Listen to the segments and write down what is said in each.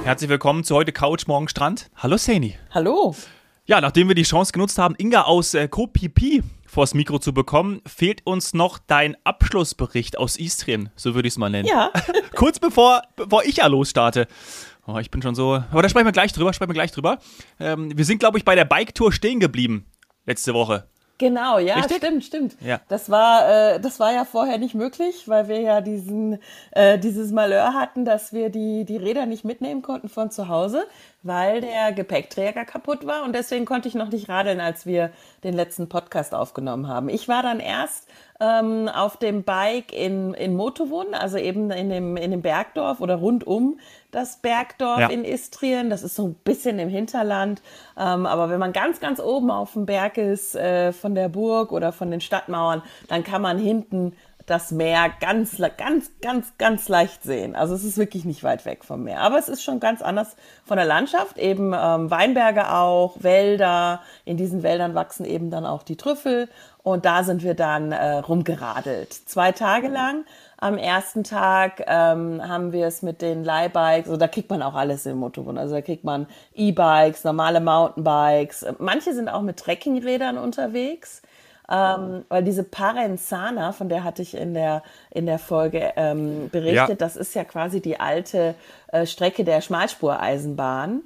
Herzlich willkommen zu heute Couch, morgen Strand. Hallo Saini. Hallo. Ja, nachdem wir die Chance genutzt haben, Inga aus Kopipi vors Mikro zu bekommen, fehlt uns noch dein Abschlussbericht aus Istrien, so würde ich es mal nennen. Ja. Kurz bevor ich ja losstarte. Oh, ich bin schon so, aber da sprechen wir gleich drüber. Wir sind, glaube ich, bei der Bike-Tour stehen geblieben letzte Woche. Genau, ja, Richtig? stimmt. Ja. Das war ja vorher nicht möglich, weil wir ja dieses Malheur hatten, dass wir die Räder nicht mitnehmen konnten von zu Hause, weil der Gepäckträger kaputt war und deswegen konnte ich noch nicht radeln, als wir den letzten Podcast aufgenommen haben. Ich war dann erst auf dem Bike in Motovun, also eben in dem Bergdorf oder rund um das Bergdorf in Istrien. Das ist so ein bisschen im Hinterland. Aber wenn man ganz, ganz oben auf dem Berg ist, von der Burg oder von den Stadtmauern, dann kann man hinten das Meer ganz leicht sehen. Also es ist wirklich nicht weit weg vom Meer. Aber es ist schon ganz anders von der Landschaft. Eben Weinberge auch, Wälder. In diesen Wäldern wachsen eben dann auch die Trüffel. Und da sind wir dann rumgeradelt. 2 Tage lang. Am ersten Tag haben wir es mit den Leihbikes, also da kriegt man auch alles im Motovun. Also da kriegt man E-Bikes, normale Mountainbikes. Manche sind auch mit Trekkingrädern unterwegs. Weil diese Parenzana, von der hatte ich in der Folge berichtet, das ist ja quasi die alte Strecke der Schmalspureisenbahn.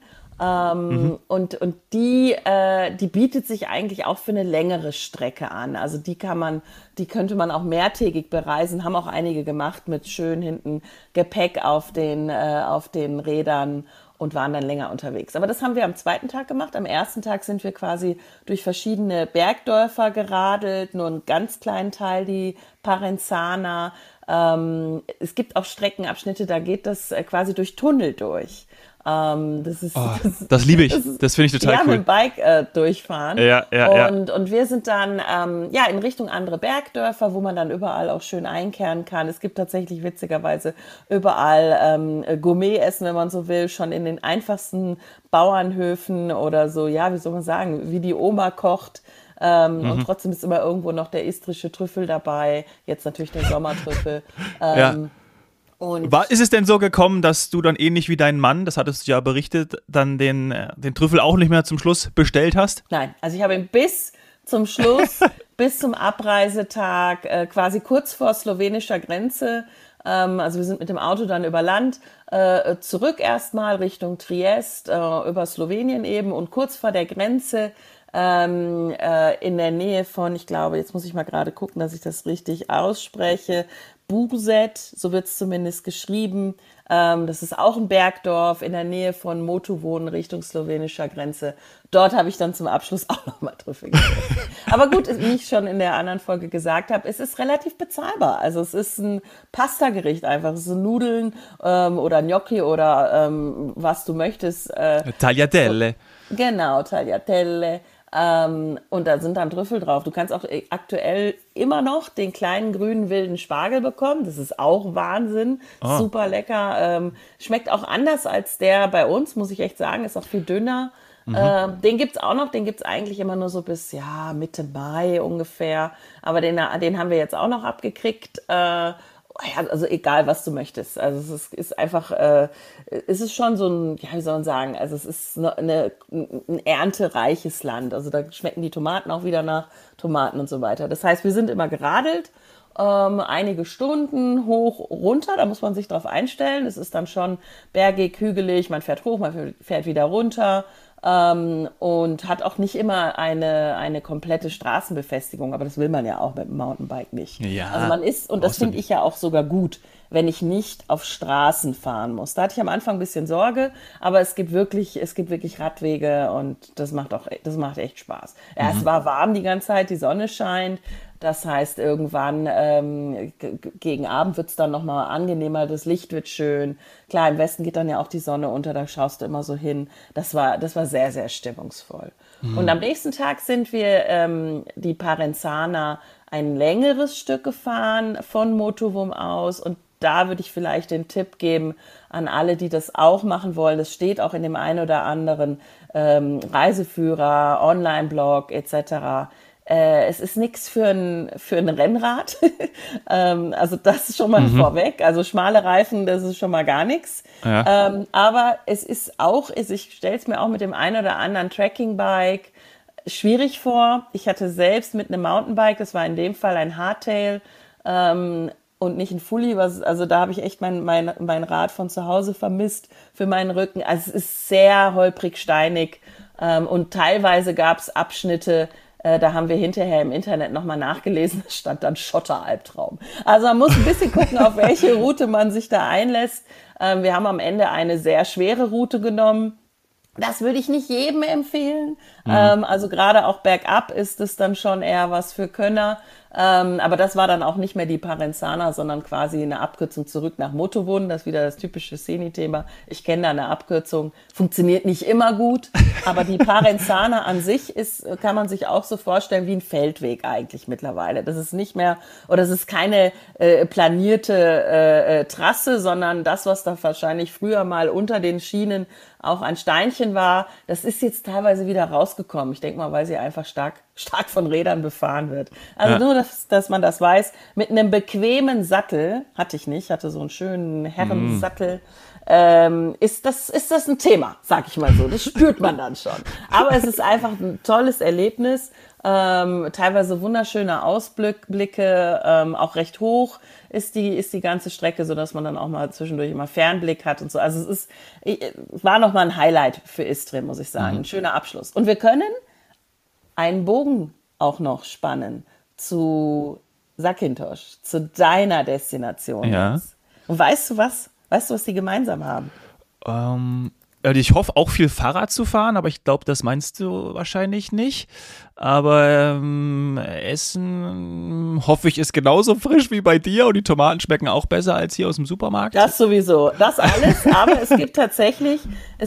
Und die bietet sich eigentlich auch für eine längere Strecke an. Also die könnte man auch mehrtägig bereisen, haben auch einige gemacht mit schön hinten Gepäck auf den Rädern und waren dann länger unterwegs. Aber das haben wir am 2. Tag gemacht. Am 1. Tag sind wir quasi durch verschiedene Bergdörfer geradelt, nur einen ganz kleinen Teil, die Parenzana. Es gibt auch Streckenabschnitte, da geht das quasi durch Tunnel durch. Das liebe ich. Das finde ich total cool. Ja, mit dem Bike durchfahren. Ja. Und wir sind dann in Richtung andere Bergdörfer, wo man dann überall auch schön einkehren kann. Es gibt tatsächlich witzigerweise überall Gourmet-Essen, wenn man so will, schon in den einfachsten Bauernhöfen oder so, ja, wie soll man sagen, wie die Oma kocht. Und trotzdem ist immer irgendwo noch der istrische Trüffel dabei. Jetzt natürlich der Sommertrüffel. Ist es denn so gekommen, dass du dann ähnlich wie dein Mann, das hattest du ja berichtet, dann den Trüffel auch nicht mehr zum Schluss bestellt hast? Nein, also ich habe ihn bis zum Schluss, bis zum Abreisetag, quasi kurz vor slowenischer Grenze, also wir sind mit dem Auto dann über Land, zurück erstmal Richtung Triest, über Slowenien eben und kurz vor der Grenze in der Nähe von, ich glaube, jetzt muss ich mal gerade gucken, dass ich das richtig ausspreche, Buzet, so wird es zumindest geschrieben. Das ist auch ein Bergdorf in der Nähe von Motovun Richtung slowenischer Grenze. Dort habe ich dann zum Abschluss auch nochmal Trüffel gegessen. Aber gut, wie ich schon in der anderen Folge gesagt habe, es ist relativ bezahlbar. Also es ist ein Pastagericht einfach. Es sind Nudeln oder Gnocchi oder was du möchtest. Tagliatelle. Genau, Tagliatelle. Und da sind dann Trüffel drauf. Du kannst auch aktuell immer noch den kleinen grünen wilden Spargel bekommen. Das ist auch Wahnsinn. Super lecker. Schmeckt auch anders als der bei uns, muss ich echt sagen. Ist auch viel dünner. Den gibt's auch noch. Den gibt's eigentlich immer nur so bis Mitte Mai ungefähr. Aber den haben wir jetzt auch noch abgekriegt. Also egal, was du möchtest. Also es ist einfach, es ist schon so ein, wie soll man sagen, also es ist ein erntereiches Land. Also da schmecken die Tomaten auch wieder nach Tomaten und so weiter. Das heißt, wir sind immer geradelt, einige Stunden hoch, runter, da muss man sich drauf einstellen. Es ist dann schon bergig, hügelig, man fährt hoch, man fährt wieder runter. Und hat auch nicht immer eine komplette Straßenbefestigung, aber das will man ja auch mit dem Mountainbike nicht. Ja, also man ist, und das finde ich ja auch sogar gut, wenn ich nicht auf Straßen fahren muss. Da hatte ich am Anfang ein bisschen Sorge, aber es gibt wirklich Radwege und das macht echt Spaß. Ja, es war warm die ganze Zeit, die Sonne scheint. Das heißt, irgendwann gegen Abend wird's dann nochmal angenehmer, das Licht wird schön. Klar, im Westen geht dann ja auch die Sonne unter, da schaust du immer so hin. Das war sehr, sehr stimmungsvoll. Und am nächsten Tag sind wir die Parenzana ein längeres Stück gefahren von Motovun aus und da würde ich vielleicht den Tipp geben an alle, die das auch machen wollen. Das steht auch in dem einen oder anderen Reiseführer, Online-Blog etc., es ist nichts für ein Rennrad. Also das ist schon mal vorweg. Also schmale Reifen, das ist schon mal gar nichts. Ja. Aber es ist auch, ich stelle es mir auch mit dem einen oder anderen Trekkingbike schwierig vor. Ich hatte selbst mit einem Mountainbike, das war in dem Fall ein Hardtail, und nicht ein Fully, also da habe ich echt mein Rad von zu Hause vermisst für meinen Rücken. Also es ist sehr holprig, steinig, und teilweise gab es Abschnitte, da haben wir hinterher im Internet nochmal nachgelesen, da stand dann Schotteralbtraum. Also man muss ein bisschen gucken, auf welche Route man sich da einlässt. Wir haben am Ende eine sehr schwere Route genommen. Das würde ich nicht jedem empfehlen. Also gerade auch bergab ist es dann schon eher was für Könner. Aber das war dann auch nicht mehr die Parenzana, sondern quasi eine Abkürzung zurück nach Motovun. Das ist wieder das typische Szeni-Thema. Ich kenne da eine Abkürzung. Funktioniert nicht immer gut. Aber die Parenzana an sich kann man sich auch so vorstellen wie ein Feldweg eigentlich mittlerweile. Das ist nicht mehr, oder es ist keine planierte Trasse, sondern das, was da wahrscheinlich früher mal unter den Schienen auch ein Steinchen war, das ist jetzt teilweise wieder rausgekommen. Ich denke mal, weil sie einfach stark von Rädern befahren wird. Also nur, dass man das weiß. Mit einem bequemen Sattel, hatte so einen schönen Herrensattel, ist das ein Thema, sag ich mal so. Das spürt man dann schon. Aber es ist einfach ein tolles Erlebnis. Teilweise wunderschöne Ausblicke, auch recht hoch ist die ganze Strecke, so dass man dann auch mal zwischendurch immer Fernblick hat und so. Also es war noch mal ein Highlight für Istrien, muss ich sagen. Ein schöner Abschluss. Und wir können einen Bogen auch noch spannen zu Zakynthos, zu deiner Destination. Ja. Jetzt. Und weißt du was? Weißt du, was die gemeinsam haben? Ich hoffe auch viel Fahrrad zu fahren, aber ich glaube, das meinst du wahrscheinlich nicht. Aber Essen, hoffe ich, ist genauso frisch wie bei dir und die Tomaten schmecken auch besser als hier aus dem Supermarkt. Das sowieso, das alles, aber es gibt tatsächlich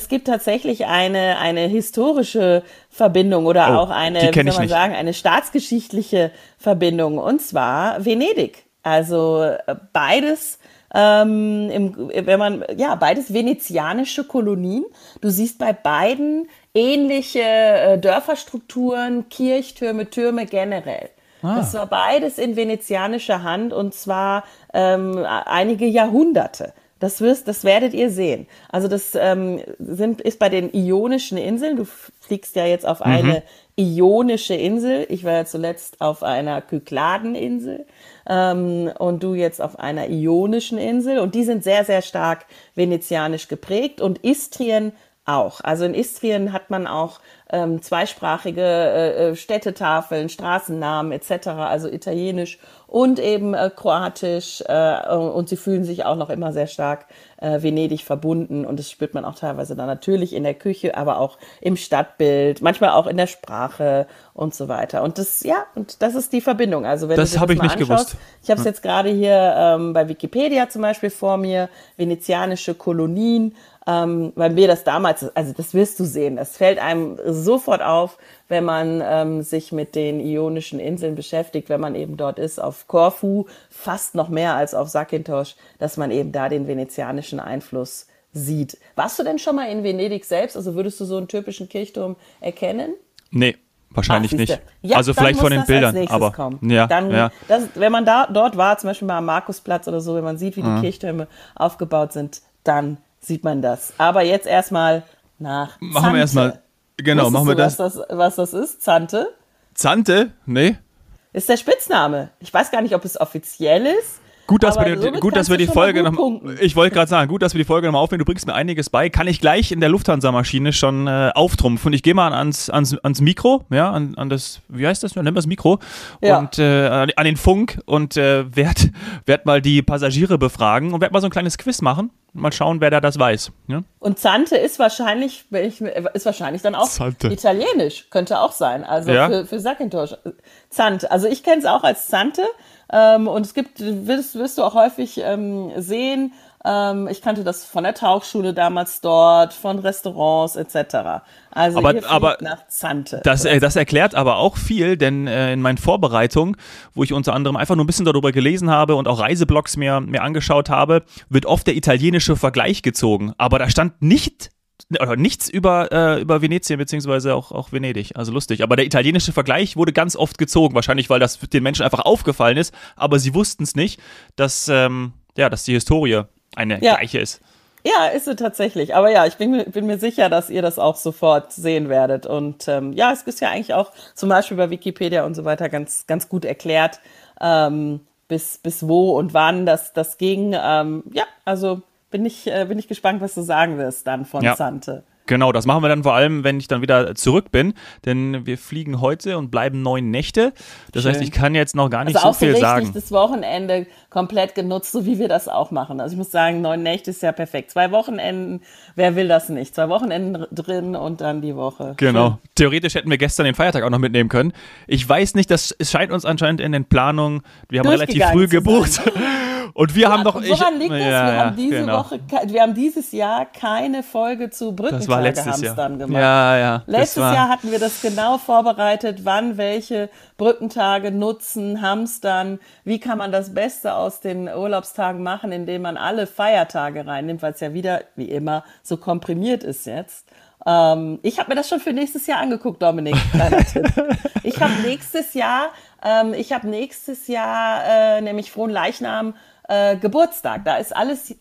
eine historische Verbindung oder auch eine, wie soll man sagen, eine staatsgeschichtliche Verbindung, und zwar Venedig. Also beides beides venezianische Kolonien. Du siehst bei beiden ähnliche Dörferstrukturen, Kirchtürme, Türme generell. Das war beides in venezianischer Hand, und zwar einige Jahrhunderte. Das werdet ihr sehen. Also das ist bei den Ionischen Inseln. Du fliegst ja jetzt auf eine ionische Insel. Ich war ja zuletzt auf einer Kykladeninsel, und du jetzt auf einer ionischen Insel. Und die sind sehr, sehr stark venezianisch geprägt, und Istrien auch. Also in Istrien hat man auch zweisprachige Städtetafeln, Straßennamen etc., also italienisch und eben kroatisch, und sie fühlen sich auch noch immer sehr stark Venedig verbunden, und das spürt man auch teilweise dann natürlich in der Küche, aber auch im Stadtbild, manchmal auch in der Sprache und so weiter. Und das ist die Verbindung. Also wenn das du dir habe das ich mal nicht anschaust, gewusst. Ich habe es jetzt gerade hier bei Wikipedia zum Beispiel vor mir, venezianische Kolonien, weil wir das damals, also das wirst du sehen, das fällt einem sofort auf, wenn man sich mit den Ionischen Inseln beschäftigt, wenn man eben dort ist, auf Korfu, fast noch mehr als auf Zakynthos, dass man eben da den venezianischen Einfluss sieht. Warst du denn schon mal in Venedig selbst? Also würdest du so einen typischen Kirchturm erkennen? Nee, wahrscheinlich nicht. Ja, also vielleicht von den Bildern, aber wenn man dort war, zum Beispiel mal am Markusplatz oder so, wenn man sieht, wie die Kirchtürme aufgebaut sind, dann sieht man das. Aber jetzt erstmal nach Zante. Machen wir erstmal, genau, machen wir das. Was das ist? Zante? Zante? Nee. Ist der Spitzname. Ich weiß gar nicht, ob es offiziell ist. Gut, dass wir die Folge noch. Ich wollte gerade sagen, gut, dass wir die Folge nochmal aufnehmen. Du bringst mir einiges bei. Kann ich gleich in der Lufthansa-Maschine schon auftrumpfen. Ich gehe mal ans Mikro, ja, an das, wie heißt das? Nennen wir das Mikro. Ja. Und an den Funk und werd mal die Passagiere befragen und werd mal so ein kleines Quiz machen. Mal schauen, wer da das weiß. Ja? Und Zante ist wahrscheinlich dann auch Zante. Italienisch, könnte auch sein. Also ja? für Zakynthos. Zante. Also ich kenne es auch als Zante. Und es gibt, wirst du auch häufig sehen, ich kannte das von der Tauchschule damals dort, von Restaurants etc. Also aber nach Zante. Das erklärt aber auch viel, denn in meinen Vorbereitungen, wo ich unter anderem einfach nur ein bisschen darüber gelesen habe und auch Reiseblogs mir angeschaut habe, wird oft der italienische Vergleich gezogen. Aber da stand nicht oder nichts über Venetien beziehungsweise auch Venedig. Also lustig. Aber der italienische Vergleich wurde ganz oft gezogen, wahrscheinlich, weil das den Menschen einfach aufgefallen ist, aber sie wussten es nicht, dass die Historie eine gleiche ist. Ja, ist sie tatsächlich. Aber ja, ich bin mir sicher, dass ihr das auch sofort sehen werdet. Und es ist ja eigentlich auch zum Beispiel bei Wikipedia und so weiter ganz, ganz gut erklärt, bis wo und wann das ging. Also bin ich gespannt, was du sagen wirst dann von Zante. Genau, das machen wir dann vor allem, wenn ich dann wieder zurück bin, denn wir fliegen heute und bleiben 9 Nächte. Das heißt, ich kann jetzt noch gar nicht so viel sagen. Also auch so richtig das Wochenende komplett genutzt, so wie wir das auch machen. Also ich muss sagen, 9 Nächte ist ja perfekt. 2 Wochenenden, wer will das nicht? 2 Wochenenden drin und dann die Woche. Genau. Schön. Theoretisch hätten wir gestern den Feiertag auch noch mitnehmen können. Ich weiß nicht, es scheint uns anscheinend in den Planungen, wir haben relativ früh gebucht. Und wir haben doch... Woran liegt das? Wir haben dieses Jahr keine Folge zu Brückentage-Hamstern gemacht. Ja. Letztes Jahr hatten wir das genau vorbereitet, wann welche Brückentage nutzen, Hamstern, wie kann man das Beste aus den Urlaubstagen machen, indem man alle Feiertage reinnimmt, weil es ja wieder, wie immer, so komprimiert ist jetzt. Ich habe mir das schon für nächstes Jahr angeguckt, Dominik. Kleiner Tipp. Ich habe nächstes Jahr nämlich Fronleichnam Geburtstag. Da ist alles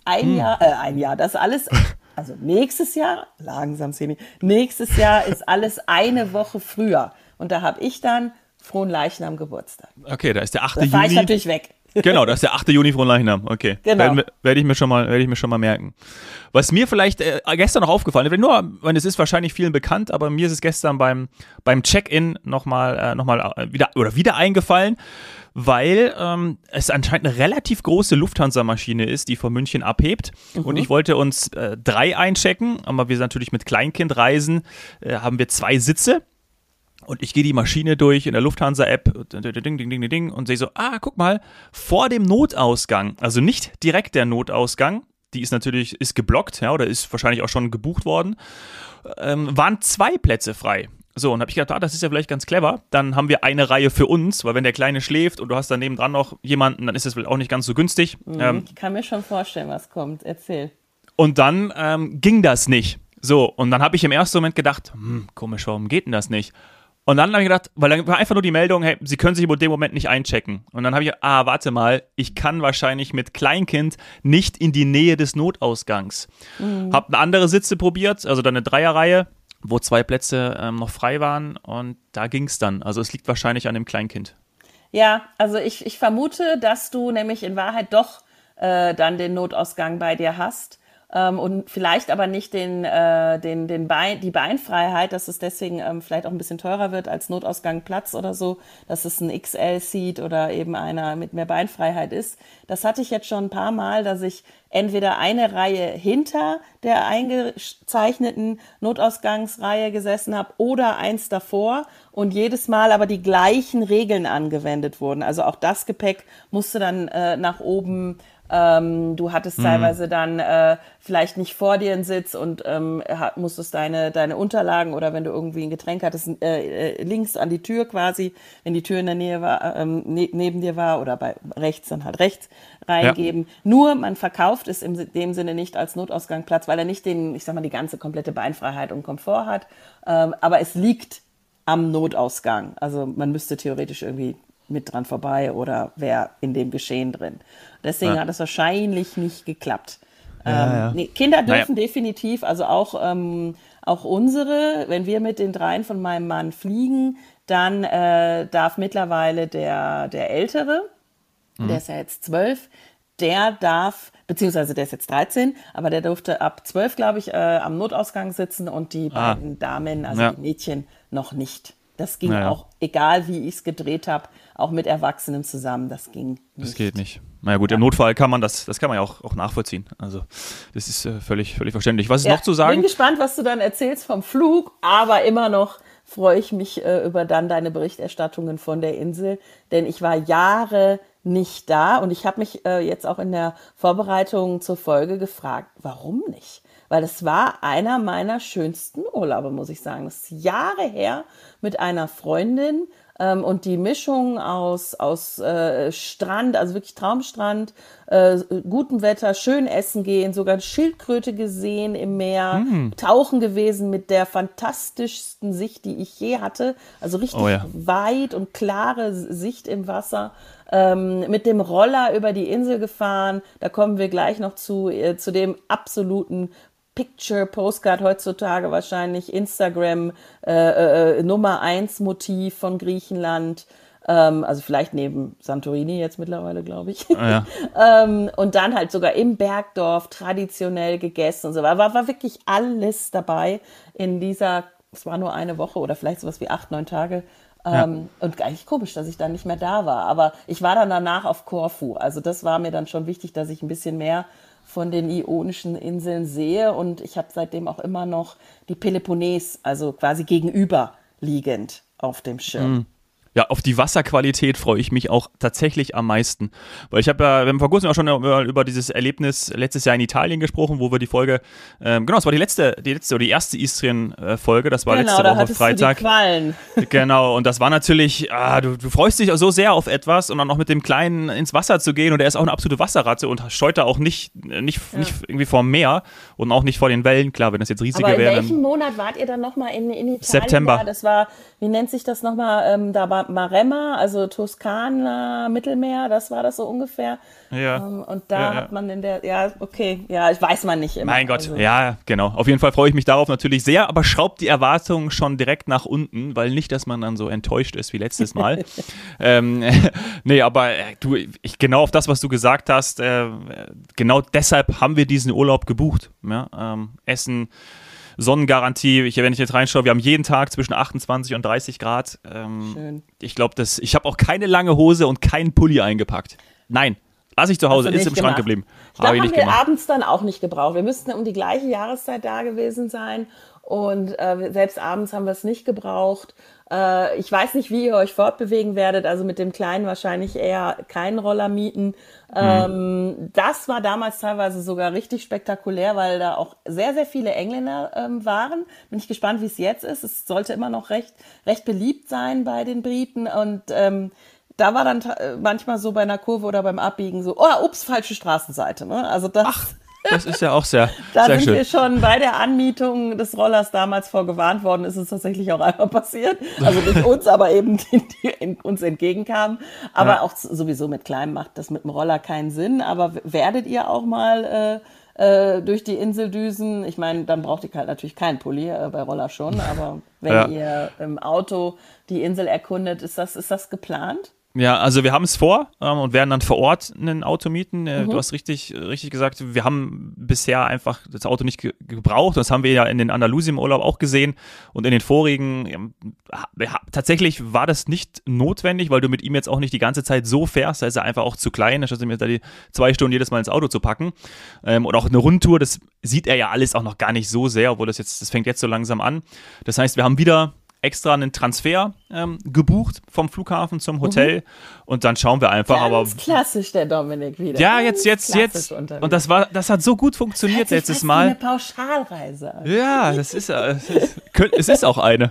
also nächstes Jahr, langsam Semi, nächstes Jahr ist alles eine Woche früher. Und da habe ich dann Fronleichnam Geburtstag. Okay, da ist der 8. Juni. Da fahre ich natürlich weg. Genau, das ist der 8. Juni Fronleichnam. Okay, genau. Werde ich mir schon mal merken. Was mir vielleicht gestern noch aufgefallen ist, es ist wahrscheinlich vielen bekannt, aber mir ist es gestern beim Check-in nochmal wieder eingefallen, weil es anscheinend eine relativ große Lufthansa-Maschine ist, die von München abhebt. Und ich wollte uns 3 einchecken, aber wir natürlich mit Kleinkind reisen, haben wir 2 Sitze. Und ich gehe die Maschine durch in der Lufthansa-App und sehe so, guck mal, vor dem Notausgang, also nicht direkt der Notausgang, die ist geblockt, oder ist wahrscheinlich auch schon gebucht worden, waren 2 Plätze frei. So, und habe ich gedacht, das ist ja vielleicht ganz clever, dann haben wir eine Reihe für uns, weil wenn der Kleine schläft und du hast daneben dran noch jemanden, dann ist das auch nicht ganz so günstig. Ich kann mir schon vorstellen, was kommt, erzähl. Und dann ging das nicht. So, und dann habe ich im ersten Moment gedacht, komisch, warum geht denn das nicht? Und dann habe ich gedacht, weil dann war einfach nur die Meldung, hey, Sie können sich in dem Moment nicht einchecken. Und dann habe ich gedacht, warte mal, ich kann wahrscheinlich mit Kleinkind nicht in die Nähe des Notausgangs. Hab eine andere Sitze probiert, also dann eine Dreierreihe, wo 2 Plätze noch frei waren und da ging es dann. Also es liegt wahrscheinlich an dem Kleinkind. Ja, also ich vermute, dass du nämlich in Wahrheit doch dann den Notausgang bei dir hast. Und vielleicht aber nicht die Beinfreiheit, dass es deswegen vielleicht auch ein bisschen teurer wird als Notausgangplatz oder so, dass es ein XL-Seat oder eben einer mit mehr Beinfreiheit ist. Das hatte ich jetzt schon ein paar Mal, dass ich entweder eine Reihe hinter der eingezeichneten Notausgangsreihe gesessen habe oder eins davor und jedes Mal aber die gleichen Regeln angewendet wurden. Also auch das Gepäck musste dann nach oben. Du hattest teilweise dann vielleicht nicht vor dir einen Sitz und musstest deine Unterlagen oder wenn du irgendwie ein Getränk hattest, links an die Tür quasi, wenn die Tür in der Nähe war, neben dir war oder bei rechts, dann halt rechts reingeben. Ja. Nur man verkauft es in dem Sinne nicht als Notausgangsplatz, weil er nicht die ganze komplette Beinfreiheit und Komfort hat, aber es liegt am Notausgang. Also man müsste theoretisch irgendwie mit dran vorbei oder wäre in dem Geschehen drin. Deswegen hat es wahrscheinlich nicht geklappt. Kinder dürfen definitiv, also auch unsere, wenn wir mit den 3 von meinem Mann fliegen, dann darf mittlerweile der Ältere, der ist ja jetzt 12, der darf, beziehungsweise der ist jetzt 13, aber der durfte ab 12, glaube ich, am Notausgang sitzen und die beiden Damen, also die Mädchen, noch nicht. Das ging auch, egal wie ich es gedreht habe, auch mit Erwachsenen zusammen, das ging nicht. Das geht nicht. Na ja, gut, im Notfall kann man das kann man ja auch nachvollziehen. Also das ist völlig verständlich. Was ist noch zu sagen? Ich bin gespannt, was du dann erzählst vom Flug, aber immer noch freue ich mich über dann deine Berichterstattungen von der Insel, denn ich war Jahre nicht da und ich habe mich jetzt auch in der Vorbereitung zur Folge gefragt, warum nicht? Weil es war einer meiner schönsten Urlaube, muss ich sagen. Das ist Jahre her mit einer Freundin. Und die Mischung aus Strand, also wirklich Traumstrand, gutem Wetter, schön essen gehen, sogar eine Schildkröte gesehen im Meer, tauchen gewesen mit der fantastischsten Sicht, die ich je hatte. Also richtig weit und klare Sicht im Wasser. Mit dem Roller über die Insel gefahren. Da kommen wir gleich noch zu dem absoluten Picture-Postcard heutzutage wahrscheinlich, Instagram Nummer 1 Motiv von Griechenland. Also vielleicht neben Santorini jetzt mittlerweile, glaube ich. Und dann halt sogar im Bergdorf traditionell gegessen und so. War wirklich alles dabei in dieser, es war nur eine Woche oder vielleicht sowas wie 8, 9 Tage. Und eigentlich komisch, dass ich dann nicht mehr da war. Aber ich war dann danach auf Korfu. Also das war mir dann schon wichtig, dass ich ein bisschen mehr von den Ionischen Inseln sehe. Und ich habe seitdem auch immer noch die Peloponnes, also quasi gegenüberliegend auf dem Schirm. Ja, auf die Wasserqualität freue ich mich auch tatsächlich am meisten. Weil wir haben vor kurzem auch schon über dieses Erlebnis letztes Jahr in Italien gesprochen, wo wir die Folge, es war die letzte oder die erste Istrien-Folge, das war letzte Woche Freitag. Du die Quallen. Genau, und das war natürlich, du freust dich so sehr auf etwas und dann noch mit dem Kleinen ins Wasser zu gehen und er ist auch eine absolute Wasserratte und scheut da auch nicht irgendwie vor dem Meer und auch nicht vor den Wellen, klar, wenn das jetzt riesige wären. Aber in welchem Monat wart ihr dann nochmal in Italien? September. Das war, wie nennt sich das nochmal, da war Maremma, also Toskana, Mittelmeer, das war das so ungefähr. Ja. Und da hat man ich weiß man nicht immer. Mein Gott, ja, genau. Auf jeden Fall freue ich mich darauf natürlich sehr, aber schraubt die Erwartungen schon direkt nach unten, weil nicht, dass man dann so enttäuscht ist wie letztes Mal. Nee, aber genau auf das, was du gesagt hast, genau deshalb haben wir diesen Urlaub gebucht. Ja? Essen, Sonnengarantie, wenn ich jetzt reinschaue, wir haben jeden Tag zwischen 28 und 30 Grad. Schön. Ich glaube, ich habe auch keine lange Hose und keinen Pulli eingepackt. Nein, lasse ich zu Hause, ist im Schrank geblieben. Ich glaube, haben wir abends dann auch nicht gebraucht. Wir müssten um die gleiche Jahreszeit da gewesen sein und selbst abends haben wir es nicht gebraucht. Ich weiß nicht, wie ihr euch fortbewegen werdet, also mit dem Kleinen wahrscheinlich eher keinen Roller mieten. Das war damals teilweise sogar richtig spektakulär, weil da auch sehr, sehr viele Engländer waren. Bin ich gespannt, wie es jetzt ist. Es sollte immer noch recht beliebt sein bei den Briten und da war dann manchmal so bei einer Kurve oder beim Abbiegen so, falsche Straßenseite. Ne? Also das ist ja auch sehr, da sehr sind schön. Wir schon bei der Anmietung des Rollers damals vorgewarnt worden, ist es tatsächlich auch einmal passiert. Also nicht uns, aber eben die uns entgegenkamen. Aber auch sowieso mit Kleinem macht das mit dem Roller keinen Sinn. Aber werdet ihr auch mal durch die Insel düsen? Ich meine, dann braucht ihr halt natürlich keinen Pulli, bei Roller schon. Aber wenn ihr im Auto die Insel erkundet, ist das geplant? Ja, also wir haben es vor und werden dann vor Ort ein Auto mieten. Du hast richtig gesagt, wir haben bisher einfach das Auto nicht gebraucht. Das haben wir ja in den Andalusien-Urlaub auch gesehen und in den vorigen. Tatsächlich war das nicht notwendig, weil du mit ihm jetzt auch nicht die ganze Zeit so fährst. Da ist er einfach auch zu klein, statt mir da die 2 Stunden jedes Mal ins Auto zu packen. Und auch eine Rundtour, das sieht er ja alles auch noch gar nicht so sehr, obwohl das fängt jetzt so langsam an. Das heißt, wir haben wieder extra einen Transfer gebucht vom Flughafen zum Hotel und dann schauen wir einfach. Ganz klassisch der Dominik wieder. Ja, jetzt. Und das hat so gut funktioniert letztes Mal. Eine Pauschalreise. Ja, es ist auch eine.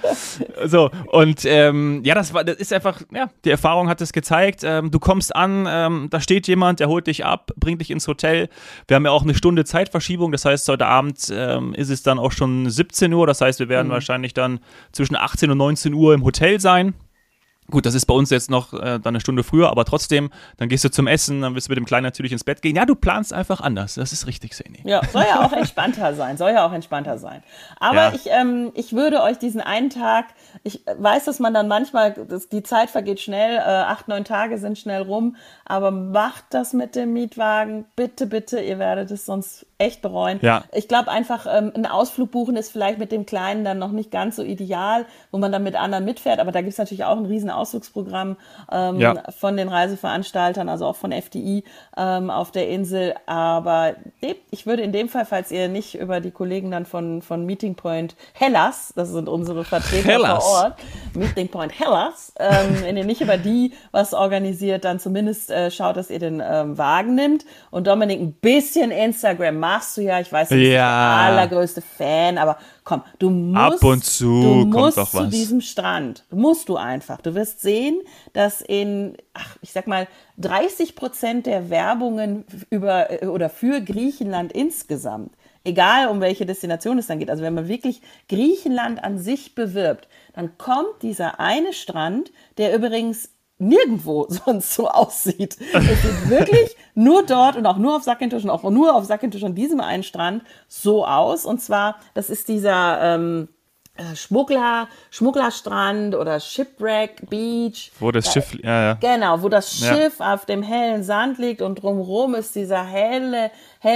So, und das ist einfach, die Erfahrung hat es gezeigt. Du kommst an, da steht jemand, der holt dich ab, bringt dich ins Hotel. Wir haben ja auch eine Stunde Zeitverschiebung, das heißt, heute Abend ist es dann auch schon 17 Uhr, das heißt, wir werden wahrscheinlich dann zwischen 18 und 19 Uhr im Hotel sein. Gut, das ist bei uns jetzt noch dann eine Stunde früher, aber trotzdem, dann gehst du zum Essen, dann wirst du mit dem Kleinen natürlich ins Bett gehen. Ja, du planst einfach anders, das ist richtig, Seni. Ja, soll ja auch entspannter sein. Aber ich würde euch diesen einen Tag, ich weiß, dass man dann manchmal, die Zeit vergeht schnell, 8, 9 Tage sind schnell rum, aber macht das mit dem Mietwagen, bitte, bitte, ihr werdet es sonst echt bereuen. Ja. Ich glaube einfach, ein Ausflug buchen ist vielleicht mit dem Kleinen dann noch nicht ganz so ideal, wo man dann mit anderen mitfährt, aber da gibt es natürlich auch ein riesen Ausflugsprogramm von den Reiseveranstaltern, also auch von FDI auf der Insel. Aber ich würde in dem Fall, falls ihr nicht über die Kollegen dann von Meeting Point Hellas, das sind unsere Vertreter vor Ort, Meeting Point Hellas, wenn ihr nicht über die was organisiert, dann zumindest schaut, dass ihr den Wagen nimmt. Und Dominik, ein bisschen Instagram machst du ja, ich weiß, du bist der allergrößte Fan, aber Komm, du Ab und zu kommt doch zu was. diesem Strand. Musst du einfach. Du wirst sehen, dass ich sag mal, 30% der Werbungen über oder für Griechenland insgesamt, egal um welche Destination es dann geht, also wenn man wirklich Griechenland an sich bewirbt, dann kommt dieser eine Strand, der übrigens nirgendwo sonst so aussieht. Es sieht wirklich nur dort und auch nur auf Zakynthos und auch nur auf Zakynthos an diesem einen Strand so aus. Und zwar, das ist dieser Schmugglerstrand oder Shipwreck Beach. Wo das Schiff, ja. Genau, wo das Schiff auf dem hellen Sand liegt und drumherum ist dieser helle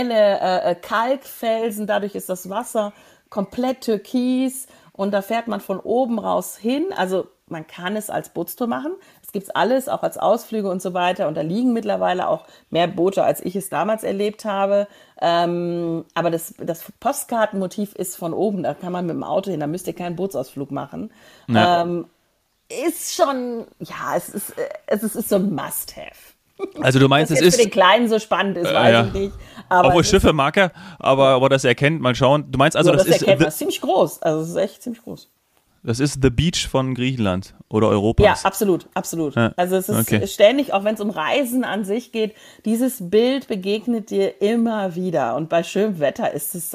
Kalkfelsen. Dadurch ist das Wasser komplett türkis und da fährt man von oben raus hin. Also man kann es als Bootstour machen. Es gibt alles, auch als Ausflüge und so weiter. Und da liegen mittlerweile auch mehr Boote, als ich es damals erlebt habe. Aber das Postkartenmotiv ist von oben. Da kann man mit dem Auto hin. Da müsst ihr keinen Bootsausflug machen. Ja. Ist schon, ja, es ist so ein Must-Have. Also du meinst, Dass es jetzt ist... für den Kleinen so spannend ist, weiß ich nicht. Aber obwohl Schiffe mag er, aber das erkennt, mal schauen. Du meinst also, das ist erkennt man, ist ziemlich groß. Also es ist echt ziemlich groß. Das ist The Beach von Griechenland oder Europas. Ja, absolut, absolut. Ja, also es ist ständig, auch wenn es um Reisen an sich geht, dieses Bild begegnet dir immer wieder. Und bei schönem Wetter ist es,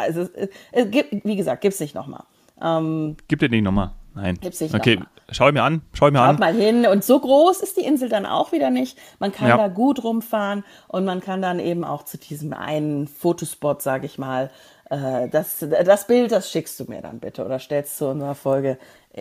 wie gesagt, gibt's nicht nochmal. Gibt es nicht nochmal? Nein. Gibt's nicht okay, nochmal. Schau mir an. Schaut mal hin. Und so groß ist die Insel dann auch wieder nicht. Man kann da gut rumfahren und man kann dann eben auch zu diesem einen Fotospot, sage ich mal, das Bild, das schickst du mir dann bitte oder stellst zu unserer Folge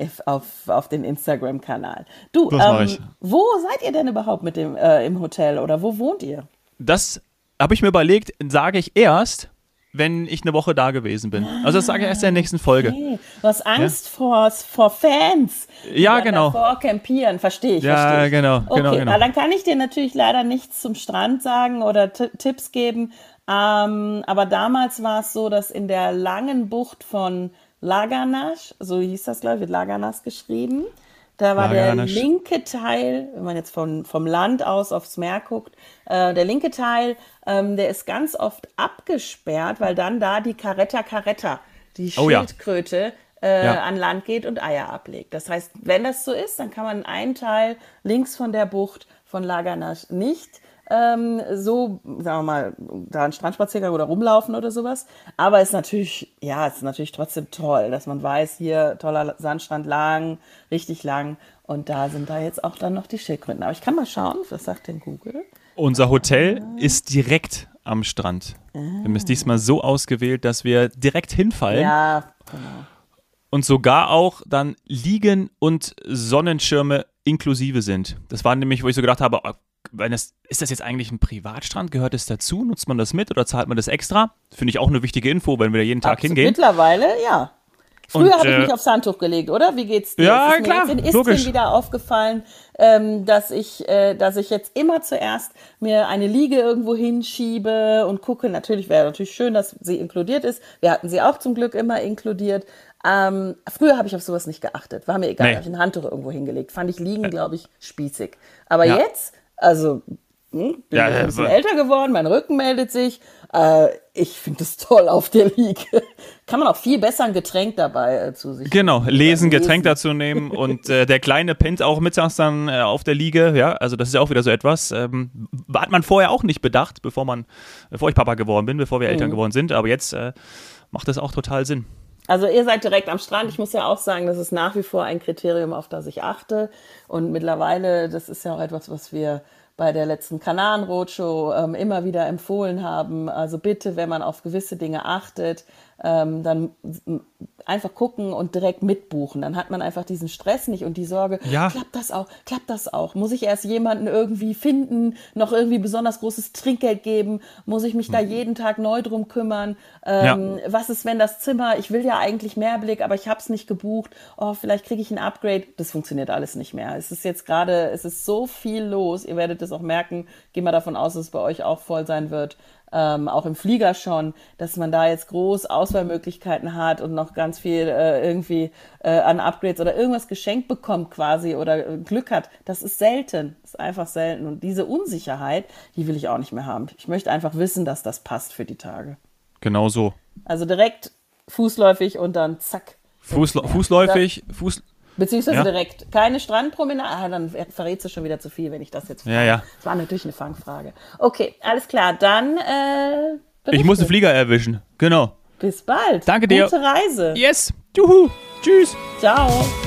auf den Instagram-Kanal. Du, wo seid ihr denn überhaupt mit dem im Hotel oder wo wohnt ihr? Das habe ich mir überlegt, sage ich erst, wenn ich eine Woche da gewesen bin. Also das sage ich erst in der nächsten Folge. Okay. Du hast Angst vor Fans. Ja, genau. Vor campieren, verstehe ich. Ja, genau. Okay, na, dann kann ich dir natürlich leider nichts zum Strand sagen oder Tipps geben. Aber damals war es so, dass in der langen Bucht von Laganas, so hieß das, glaube ich, wird Laganas geschrieben, da war Laganas. der linke Teil, wenn man jetzt vom Land aus aufs Meer guckt, der linke Teil, der ist ganz oft abgesperrt, weil dann da die Caretta, die Schildkröte, an Land geht und Eier ablegt. Das heißt, wenn das so ist, dann kann man einen Teil links von der Bucht von Laganas nicht so, sagen wir mal, da einen Strandspaziergang oder rumlaufen oder sowas. Aber es ist natürlich trotzdem toll, dass man weiß, hier toller Sandstrand richtig lang. Und da sind da jetzt auch dann noch die Schildkröten. Aber ich kann mal schauen, was sagt denn Google? Unser Hotel ist direkt am Strand. Wir haben es diesmal so ausgewählt, dass wir direkt hinfallen. Ja, genau. Und sogar auch dann Liegen und Sonnenschirme inklusive sind. Das war nämlich, wo ich so gedacht habe, ist das jetzt eigentlich ein Privatstrand? Gehört es dazu? Nutzt man das mit oder zahlt man das extra? Finde ich auch eine wichtige Info, wenn wir da jeden Tag hingehen. Mittlerweile, ja. Früher habe ich mich aufs Handtuch gelegt, oder? Wie geht's dir? Ja, ist klar, mir logisch. wieder aufgefallen, dass ich jetzt immer zuerst mir eine Liege irgendwo hinschiebe und gucke. Wäre natürlich schön, dass sie inkludiert ist. Wir hatten sie auch zum Glück immer inkludiert. Früher habe ich auf sowas nicht geachtet. War mir egal, habe ich ein Handtuch irgendwo hingelegt. Fand ich liegen, glaube ich, spießig. Aber jetzt, also bin ich ein bisschen älter geworden, mein Rücken meldet sich. Ich finde es toll auf der Liege. Kann man auch viel besser ein Getränk dabei zu sich Genau, Getränk dazu nehmen und der Kleine pennt auch mittags dann auf der Liege. Ja, also das ist ja auch wieder so etwas. Hat man vorher auch nicht bedacht, bevor ich Papa geworden bin, bevor wir Eltern geworden sind. Aber jetzt macht das auch total Sinn. Also ihr seid direkt am Strand. Ich muss ja auch sagen, das ist nach wie vor ein Kriterium, auf das ich achte. Und mittlerweile, das ist ja auch etwas, was wir bei der letzten Kanaren-Roadshow immer wieder empfohlen haben. Also bitte, wenn man auf gewisse Dinge achtet, dann einfach gucken und direkt mitbuchen. Dann hat man einfach diesen Stress nicht und die Sorge, klappt das auch? Muss ich erst jemanden irgendwie finden, noch irgendwie besonders großes Trinkgeld geben? Muss ich mich da jeden Tag neu drum kümmern? Was ist, wenn das Zimmer, ich will ja eigentlich Mehrblick, aber ich habe es nicht gebucht. Oh, vielleicht kriege ich ein Upgrade. Das funktioniert alles nicht mehr. Es ist jetzt gerade, es ist so viel los. Ihr werdet es auch merken. Gehen wir davon aus, dass es bei euch auch voll sein wird. Auch im Flieger schon, dass man da jetzt groß Auswahlmöglichkeiten hat und noch ganz viel irgendwie an Upgrades oder irgendwas geschenkt bekommt quasi oder Glück hat. Das ist selten. Das ist einfach selten. Und diese Unsicherheit, die will ich auch nicht mehr haben. Ich möchte einfach wissen, dass das passt für die Tage. Genau so. Also direkt fußläufig und dann zack. Fußläufig, Beziehungsweise direkt. Keine Strandpromenade. Dann verrätst du schon wieder zu viel, wenn ich das jetzt frage. Ja. Das war natürlich eine Fangfrage. Okay, alles klar. Dann ich muss den Flieger erwischen. Genau. Bis bald. Danke dir. Gute Reise. Yes. Juhu. Tschüss. Ciao.